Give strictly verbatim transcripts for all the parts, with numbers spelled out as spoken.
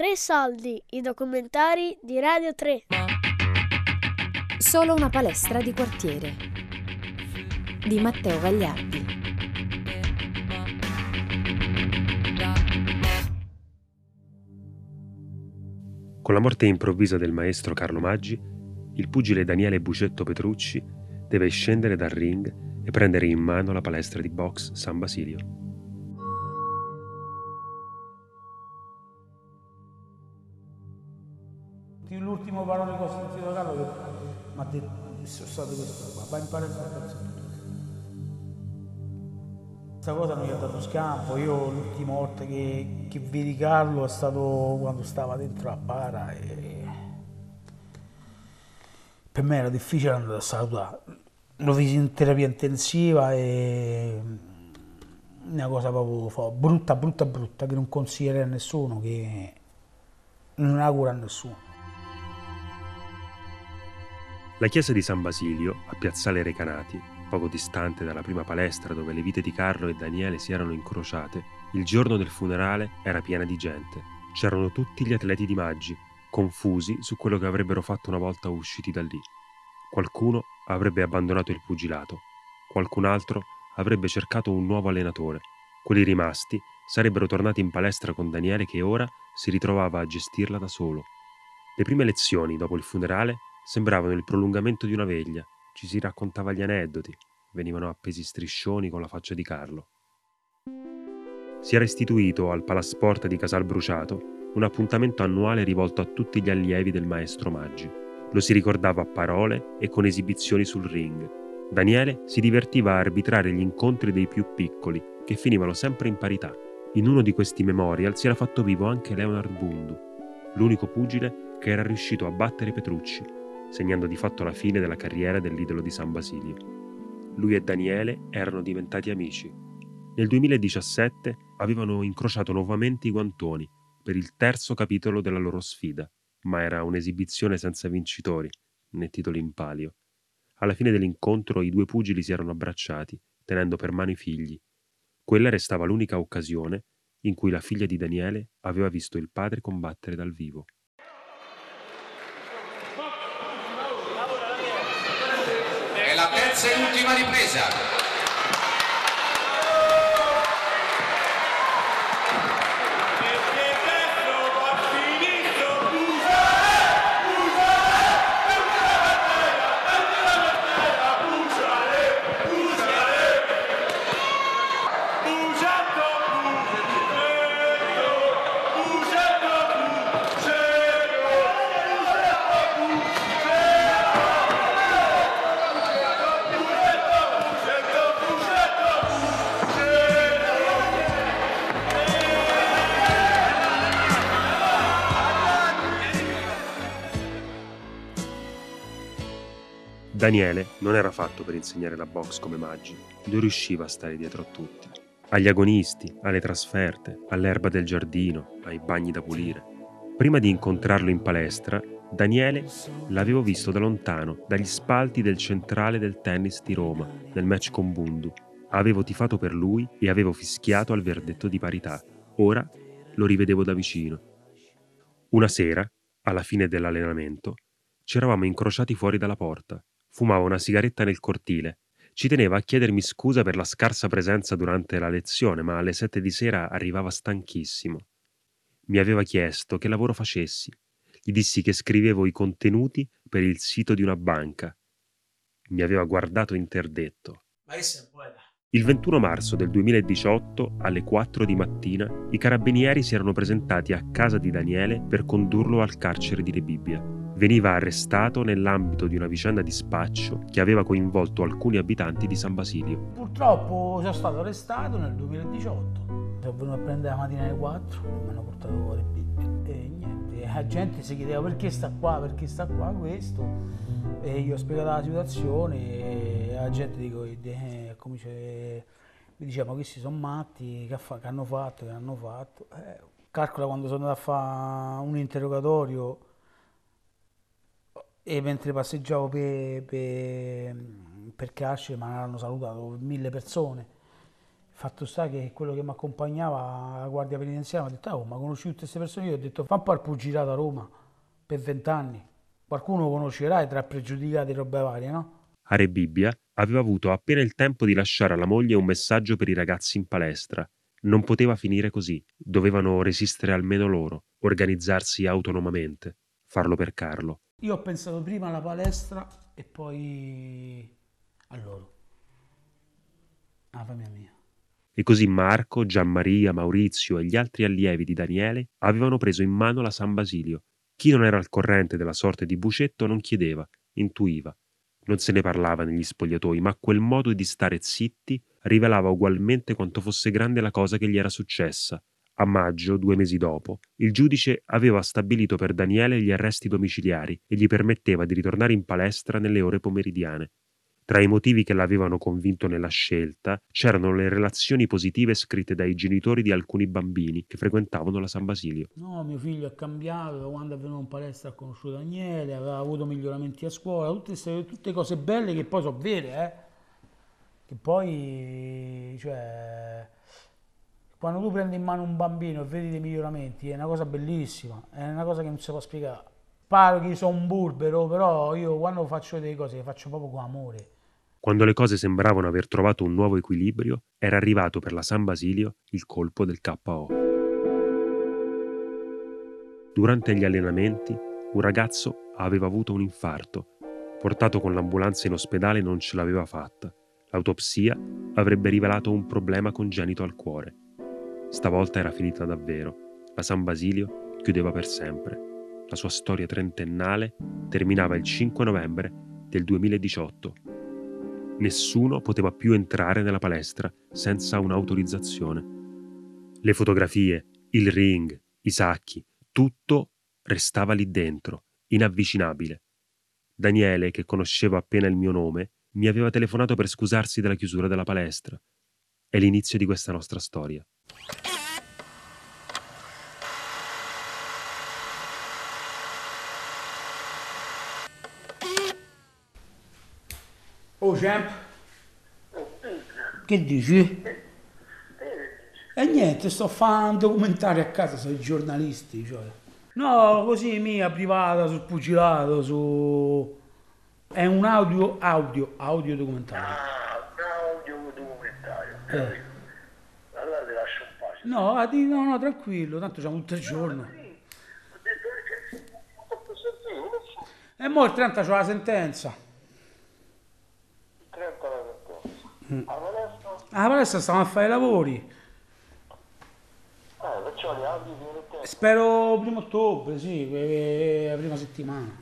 Tre soldi, i documentari di Radio tre. Solo una palestra di quartiere di Matteo Gagliardi. Con la morte improvvisa del maestro Carlo Maggi, il pugile Daniele Bucetto Petrucci deve scendere dal ring e prendere in mano la palestra di box San Basilio. L'ultimo parole che ho sentito da Carlo mi ha detto, sono stato questo, va in palestra a pezzo. Questa cosa mi ha dato scampo. Io l'ultima volta che, che vidi Carlo è stato quando stava dentro a para e per me era difficile andare a salutare. Lo feci in terapia intensiva e una cosa proprio brutta, brutta, brutta, che non consiglierei a nessuno, che non auguro a nessuno. La chiesa di San Basilio, a Piazzale Recanati, poco distante dalla prima palestra dove le vite di Carlo e Daniele si erano incrociate, il giorno del funerale era piena di gente. C'erano tutti gli atleti di Maggi, confusi su quello che avrebbero fatto una volta usciti da lì. Qualcuno avrebbe abbandonato il pugilato, qualcun altro avrebbe cercato un nuovo allenatore. Quelli rimasti sarebbero tornati in palestra con Daniele che ora si ritrovava a gestirla da solo. Le prime lezioni dopo il funerale sembravano il prolungamento di una veglia, ci si raccontava gli aneddoti, venivano appesi striscioni con la faccia di Carlo. Si era istituito al Palasport di Casal Bruciato un appuntamento annuale rivolto a tutti gli allievi del maestro Maggi. Lo si ricordava a parole e con esibizioni sul ring. Daniele si divertiva a arbitrare gli incontri dei più piccoli, che finivano sempre in parità. In uno di questi memorial si era fatto vivo anche Leonard Bundu, l'unico pugile che era riuscito a battere Petrucci, segnando di fatto la fine della carriera dell'idolo di San Basilio. Lui e Daniele erano diventati amici. Nel duemiladiciassette avevano incrociato nuovamente i guantoni per il terzo capitolo della loro sfida, ma era un'esibizione senza vincitori, né titoli in palio. Alla fine dell'incontro i due pugili si erano abbracciati, tenendo per mano i figli. Quella restava l'unica occasione in cui la figlia di Daniele aveva visto il padre combattere dal vivo. La terza e ultima ripresa. Daniele non era fatto per insegnare la box come Maggi, non riusciva a stare dietro a tutti. Agli agonisti, alle trasferte, all'erba del giardino, ai bagni da pulire. Prima di incontrarlo in palestra, Daniele l'avevo visto da lontano, dagli spalti del centrale del tennis di Roma, nel match con Bundu. Avevo tifato per lui e avevo fischiato al verdetto di parità. Ora lo rivedevo da vicino. Una sera, alla fine dell'allenamento, ci eravamo incrociati fuori dalla porta. Fumava una sigaretta nel cortile. Ci teneva a chiedermi scusa per la scarsa presenza durante la lezione, ma alle sette di sera arrivava stanchissimo. Mi aveva chiesto che lavoro facessi. Gli dissi che scrivevo i contenuti per il sito di una banca. Mi aveva guardato interdetto. Ma che sei un poeta? Il ventuno marzo del duemiladiciotto, alle quattro di mattina, i carabinieri si erano presentati a casa di Daniele per condurlo al carcere di Rebibbia. Veniva arrestato nell'ambito di una vicenda di spaccio che aveva coinvolto alcuni abitanti di San Basilio. Purtroppo sono stato arrestato nel duemiladiciotto. Sono venuto a prendere la mattina alle quattro, mi hanno portato fuori e niente. La gente si chiedeva perché sta qua, perché sta qua questo. E io ho spiegato la situazione e la gente dico, eh, come dice, mi diceva ma questi sono matti, che, fa, che hanno fatto, che hanno fatto. Eh, calcola quando sono andato a fare un interrogatorio e mentre passeggiavo per, per, per carcere mi hanno salutato mille persone. Fatto sta che quello che mi accompagnava alla guardia penitenziaria mi ha detto: oh, ma conosci tutte queste persone? Io ho detto: fa un po' il pugilato a Roma per vent'anni. Qualcuno conoscerai tra pregiudicati e robe varie, no? A Re Bibbia aveva avuto appena il tempo di lasciare alla moglie un messaggio per i ragazzi in palestra. Non poteva finire così, dovevano resistere almeno loro, organizzarsi autonomamente, farlo per Carlo. Io ho pensato prima alla palestra e poi a loro, alla famiglia mia. E così Marco, Gianmaria, Maurizio e gli altri allievi di Daniele avevano preso in mano la San Basilio. Chi non era al corrente della sorte di Bucetto non chiedeva, intuiva. Non se ne parlava negli spogliatoi, ma quel modo di stare zitti rivelava ugualmente quanto fosse grande la cosa che gli era successa. A maggio, due mesi dopo, il giudice aveva stabilito per Daniele gli arresti domiciliari e gli permetteva di ritornare in palestra nelle ore pomeridiane. Tra i motivi che l'avevano convinto nella scelta c'erano le relazioni positive scritte dai genitori di alcuni bambini che frequentavano la San Basilio. No, mio figlio è cambiato, da quando è venuto in palestra ha conosciuto Daniele, aveva avuto miglioramenti a scuola, tutte, queste, tutte cose belle che poi sono vere, eh? Che poi, cioè, quando tu prendi in mano un bambino e vedi dei miglioramenti è una cosa bellissima, è una cosa che non si può spiegare. Paro che sono un burbero, però io quando faccio delle cose le faccio proprio con amore. Quando le cose sembravano aver trovato un nuovo equilibrio, era arrivato per la San Basilio il colpo del K O. Durante gli allenamenti, un ragazzo aveva avuto un infarto. Portato con l'ambulanza in ospedale non ce l'aveva fatta. L'autopsia avrebbe rivelato un problema congenito al cuore. Stavolta era finita davvero. La San Basilio chiudeva per sempre. La sua storia trentennale terminava il cinque novembre del duemiladiciotto. Nessuno poteva più entrare nella palestra senza un'autorizzazione. Le fotografie, il ring, i sacchi, tutto restava lì dentro, inavvicinabile. Daniele, che conosceva appena il mio nome, mi aveva telefonato per scusarsi della chiusura della palestra. È l'inizio di questa nostra storia. Oh, Champ, che dici? E niente, sto a fare un documentario a casa sui giornalisti, cioè. No, così mia, privata, sul pugilato, su... È un audio, audio, audio documentario. Ah, un audio documentario. Eh. Allora ti lascio un pace. No, ah, di- no, no, tranquillo, tanto siamo tutto il giorno. Ho detto che non ho più sentito, non so. E mo' il trenta c'ho la sentenza. trenta la sentenza. La palestra? Ah, palestra stiamo a fare i lavori. Eh, perciò li apri di sentenza. Spero primo ottobre, sì, eh, la prima settimana.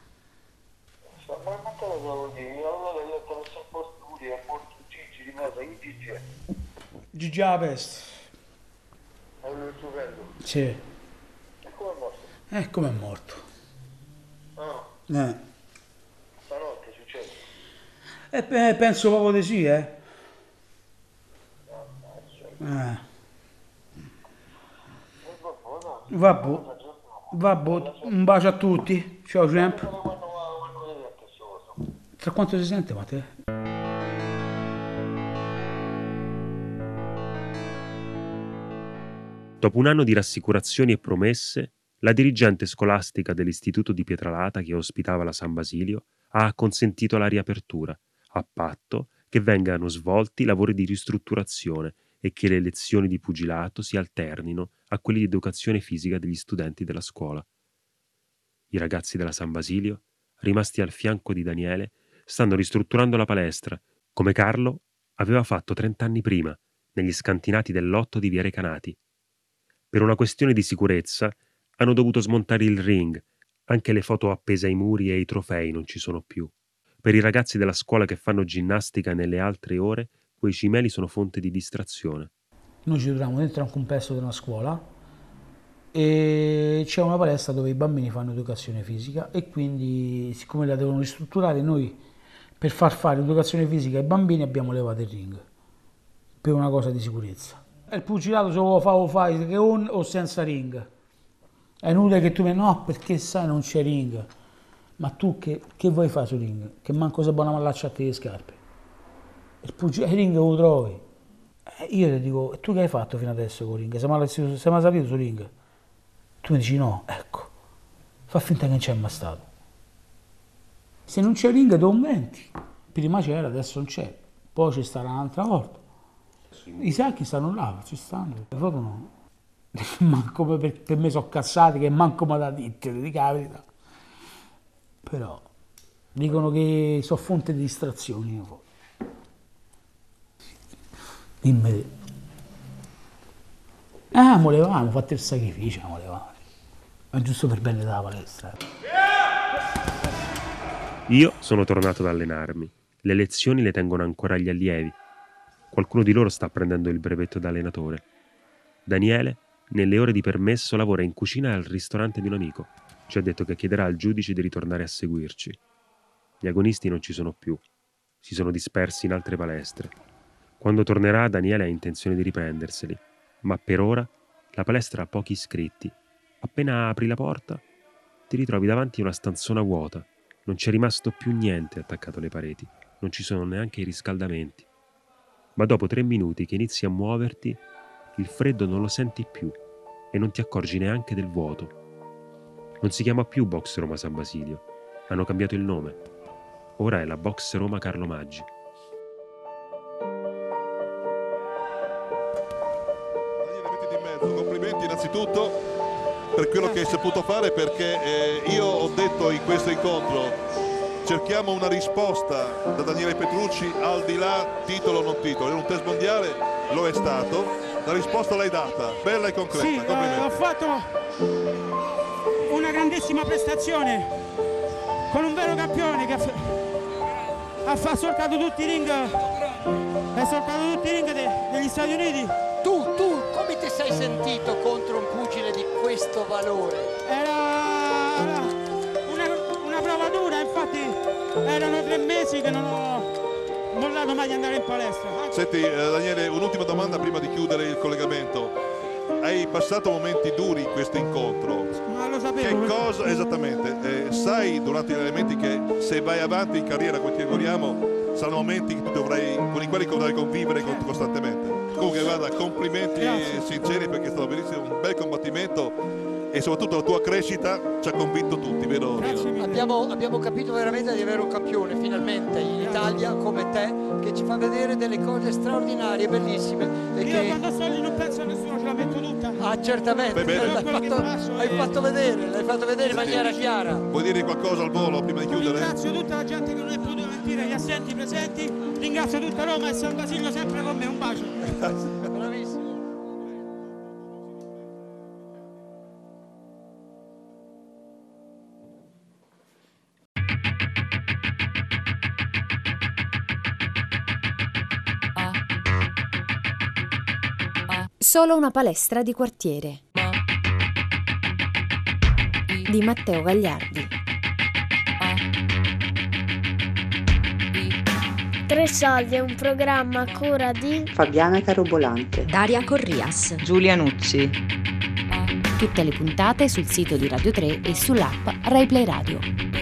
Ma non te lo devo dire, allora io te lo so posturi, è molto Gigi di cosa, chi Gigi è? Gigi la peste. È un stupendo. Sì. E come è morto? Eh, come è morto? Ah, Eh. stanotte succede. Eh, pe- penso proprio di sì, eh. Eh. E vabbè, no. Vabbè, vabbè, un bacio a tutti. Ciao, Champ. Quando quando devi a questo coso? Tra quanto si sente, Matteo? Dopo un anno di rassicurazioni e promesse, la dirigente scolastica dell'istituto di Pietralata che ospitava la San Basilio ha consentito la riapertura, a patto che vengano svolti lavori di ristrutturazione e che le lezioni di pugilato si alternino a quelle di educazione fisica degli studenti della scuola. I ragazzi della San Basilio, rimasti al fianco di Daniele, stanno ristrutturando la palestra, come Carlo aveva fatto trent'anni prima, negli scantinati del lotto di Via Recanati. Per una questione di sicurezza hanno dovuto smontare il ring, anche le foto appese ai muri e i trofei non ci sono più. Per i ragazzi della scuola che fanno ginnastica nelle altre ore, quei cimeli sono fonte di distrazione. Noi ci troviamo dentro a un complesso di una scuola e c'è una palestra dove i bambini fanno educazione fisica e quindi, siccome la devono ristrutturare, noi per far fare educazione fisica ai bambini abbiamo levato il ring per una cosa di sicurezza. E il pugilato se lo fa o fai con o senza ring. È inutile che tu mi no, perché sai non c'è ring. Ma tu che, che vuoi fare sul ring? Che manco se buona mallaccia a te le scarpe. Il, pugi- il ring lo trovi. E io ti dico, e tu che hai fatto fino adesso con il ring? Sei mai, sei mai salito sul ring? Tu mi dici no, ecco, fa finta che non c'è mai stato. Se non c'è ring, tu aumenti. Prima c'era, adesso non c'è. Poi ci starà un'altra volta. I sacchi stanno là, ci stanno. Le foto no. Manco per, per me sono cazzati che manco mi da dire, di capita. Però dicono che sono fonte di distrazioni. Dimmi. Ah, volevamo, fatto il sacrificio, volevamo. Ma giusto per bene della palestra. Io sono tornato ad allenarmi. Le lezioni le tengono ancora gli allievi. Qualcuno di loro sta prendendo il brevetto da allenatore. Daniele, nelle ore di permesso, lavora in cucina al ristorante di un amico. Ci ha detto che chiederà al giudice di ritornare a seguirci. Gli agonisti non ci sono più. Si sono dispersi in altre palestre. Quando tornerà, Daniele ha intenzione di riprenderseli. Ma per ora la palestra ha pochi iscritti. Appena apri la porta, ti ritrovi davanti a una stanzona vuota. Non c'è rimasto più niente attaccato alle pareti. Non ci sono neanche i riscaldamenti. Ma dopo tre minuti che inizi a muoverti, il freddo non lo senti più e non ti accorgi neanche del vuoto. Non si chiama più Box Roma San Basilio. Hanno cambiato il nome. Ora è la Box Roma Carlo Maggi. Complimenti innanzitutto per quello che hai saputo fare, perché eh, io ho detto in questo incontro cerchiamo una risposta da Daniele Petrucci al di là titolo o non titolo. È un test mondiale, lo è stato, la risposta l'hai data, bella e concreta. Sì, complimenti. eh, ho fatto una grandissima prestazione con un vero campione che ha, ha, ha solcato tutti i ring, ha solcato tutti i ring de, degli Stati Uniti. Tu, tu, come ti sei sentito contro un pugile di questo valore? Era una, una prova dura, infatti erano tre mesi che non ho mollato mai di andare in palestra. Senti eh, Daniele, un'ultima domanda prima di chiudere il collegamento. Hai passato momenti duri in questo incontro. Ma lo sapevo. Che cosa esattamente? Eh, sai durante gli allenamenti che se vai avanti in carriera, come ti auguriamo, saranno momenti che tu dovrai, con i quali dovrai convivere costantemente. Comunque guarda, complimenti Grazie. sinceri, perché è stato bellissimo, un bel combattimento e soprattutto la tua crescita ci ha convinto tutti, vero? Abbiamo, abbiamo capito veramente di avere un campione finalmente in Italia come te, che ci fa vedere delle cose straordinarie, bellissime. E Io che... quando sto lì non penso a nessuno, ce la metto tutta. Ah, certamente, l'hai fatto, hai fatto vedere, l'hai fatto vedere in maniera chiara. Vuoi dire qualcosa al volo prima di chiudere? Ringrazio tutta la gente che non è potuta mentire, gli assenti presenti, ringrazio tutta Roma e San Basilio sempre con me, un bacio. Bravissimo. Solo una palestra di quartiere di Matteo Gagliardi. Tre Soldi è un programma a cura di Fabiana Carobolante, Daria Corrias, Giulia Nucci. Tutte le puntate sul sito di Radio tre e sull'app Rai Play Radio.